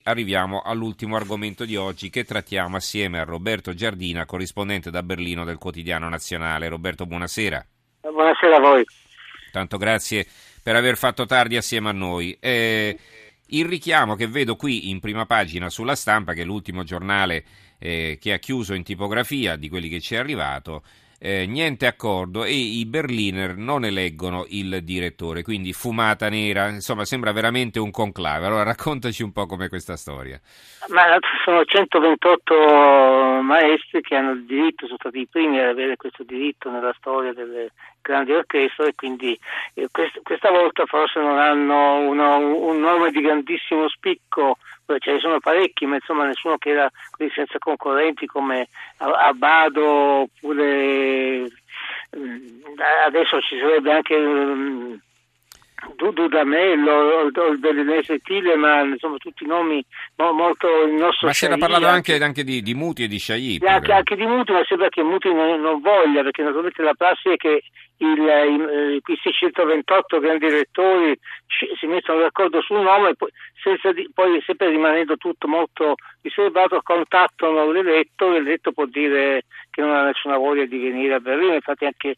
Arriviamo all'ultimo argomento di oggi che trattiamo assieme a Roberto Giardina, corrispondente da Berlino del Quotidiano Nazionale. Roberto, buonasera. Buonasera a voi. Tanto grazie per aver fatto tardi assieme a noi. Il richiamo che vedo qui in prima pagina sulla Stampa, che è l'ultimo giornale che ha chiuso in tipografia di quelli che ci è arrivato, niente accordo e i Berliner non eleggono il direttore, quindi fumata nera, insomma sembra veramente un conclave. Allora raccontaci un po' com'è questa storia. Ma sono 128 maestri che hanno il diritto, sono stati i primi ad avere questo diritto nella storia delle grandi orchestre, e quindi questa volta forse non hanno un nome di grandissimo spicco. Ce ne sono parecchi, ma insomma nessuno che era così senza concorrenti come Abbado, oppure adesso ci sarebbe anche Dudamello o il berlinese Tillemann, insomma tutti nomi molto il nostro. Ma si era parlato anche di Muti e di Shahì. Anche di Muti, ma sembra che Muti non voglia, perché naturalmente la prassi è che questi 128 grandi elettori si mettono d'accordo sul nome e poi sempre rimanendo tutto molto riservato, contattano l'eletto può dire che non ha nessuna voglia di venire a Berlino. Infatti anche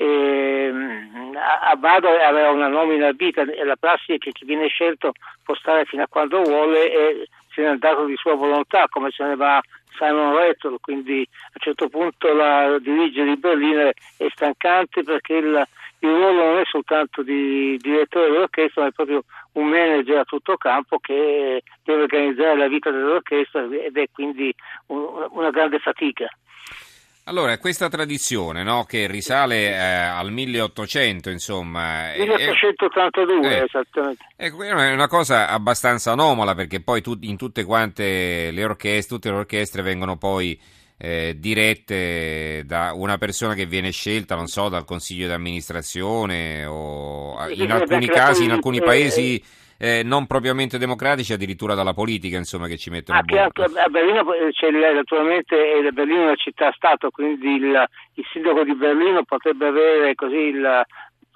Abbado aveva una nomina a vita e la prassi è che chi viene scelto può stare fino a quando vuole e se ne è andato di sua volontà, come se ne va Simon Rattle. Quindi a un certo punto la dirigere di Berlino è stancante, perché il ruolo non è soltanto di direttore dell'orchestra, ma è proprio un manager a tutto campo che deve organizzare la vita dell'orchestra, ed è quindi una grande fatica. Allora, questa tradizione, no, che risale al 1800, insomma... 1882, esattamente. È una cosa abbastanza anomala, perché poi in tutte quante tutte le orchestre vengono poi dirette da una persona che viene scelta, non so, dal consiglio di amministrazione o in alcuni casi, in alcuni paesi... non propriamente democratici, addirittura dalla politica, insomma, che ci mettono a bocca. A Berlino c'è naturalmente Berlino è una città-stato, quindi il sindaco di Berlino potrebbe avere così il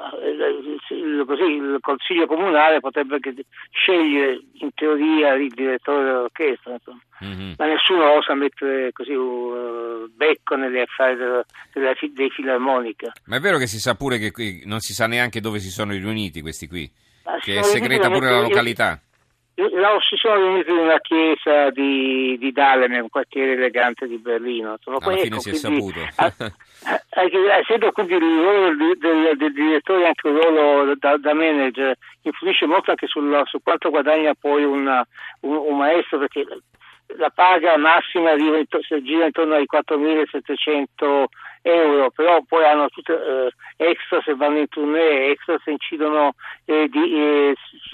consiglio comunale potrebbe scegliere in teoria il direttore dell'orchestra, insomma. Mm-hmm. Ma nessuno osa mettere così becco negli affari dei filarmonica. Ma è vero che si sa pure che qui non si sa neanche dove si sono riuniti questi qui? Che è segreta pure la località? Si sono riuniti in una chiesa di Dahlem, un quartiere elegante di Berlino. Insomma, alla fine si è saputo. Essendo quindi il ruolo del direttore, anche un ruolo da manager, influisce molto anche su quanto guadagna poi un maestro, perché la paga massima gira intorno ai 4.700 euro, però poi hanno tutte extra se vanno in tournée, extra se incidono di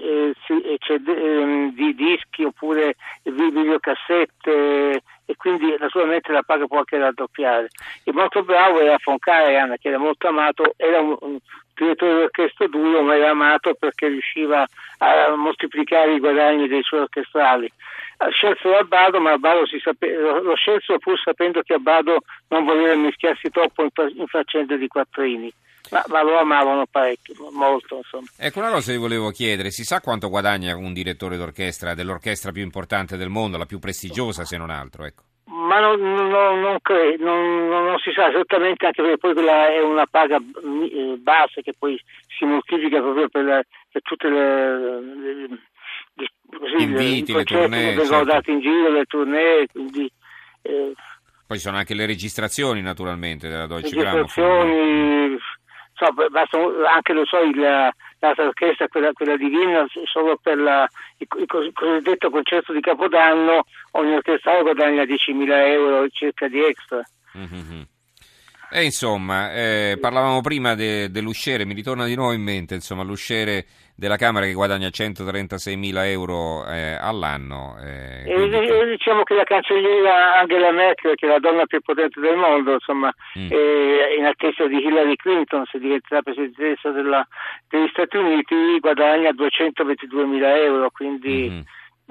dischi oppure videocassette, e quindi naturalmente la paga può anche raddoppiare. E molto bravo era von Karajan, che era molto amato, era un direttore d'orchestra duro, ma era amato perché riusciva a moltiplicare i guadagni dei suoi orchestrali. Ha scelto Abbado, ma Abbado lo scelse pur sapendo che Abbado non voleva mischiarsi troppo in faccende di quattrini, ma lo amavano parecchio, molto, insomma. Ecco, una cosa vi volevo chiedere: si sa quanto guadagna un direttore d'orchestra dell'orchestra più importante del mondo, la più prestigiosa se non altro, ecco? Ma non credo, non si sa esattamente, anche perché poi quella è una paga base che poi si moltiplica proprio per tutte le inviti, le tournée, che vengono dati in giro, le tournée, quindi poi ci sono anche le registrazioni, naturalmente, della Deutsche Grammophon. Basta anche l'altra orchestra, quella di Vienna, solo per il cosiddetto concerto di Capodanno ogni orchestrale guadagna 10.000 euro circa di extra. Mm-hmm. E insomma, parlavamo prima dell'usciere, mi ritorna di nuovo in mente, insomma, l'usciere della Camera che guadagna 136.000 euro all'anno. Diciamo che la cancelliera Angela Merkel, che è la donna più potente del mondo, insomma, in attesa di Hillary Clinton, se diventerà presidentessa degli Stati Uniti, guadagna 222.000 euro, quindi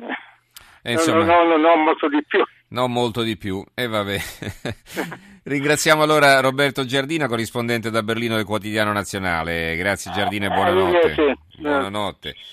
non molto di più. Non molto di più, e vabbè. Ringraziamo allora Roberto Giardina, corrispondente da Berlino del Quotidiano Nazionale. Grazie Giardina e buonanotte. Buonanotte. Buonanotte.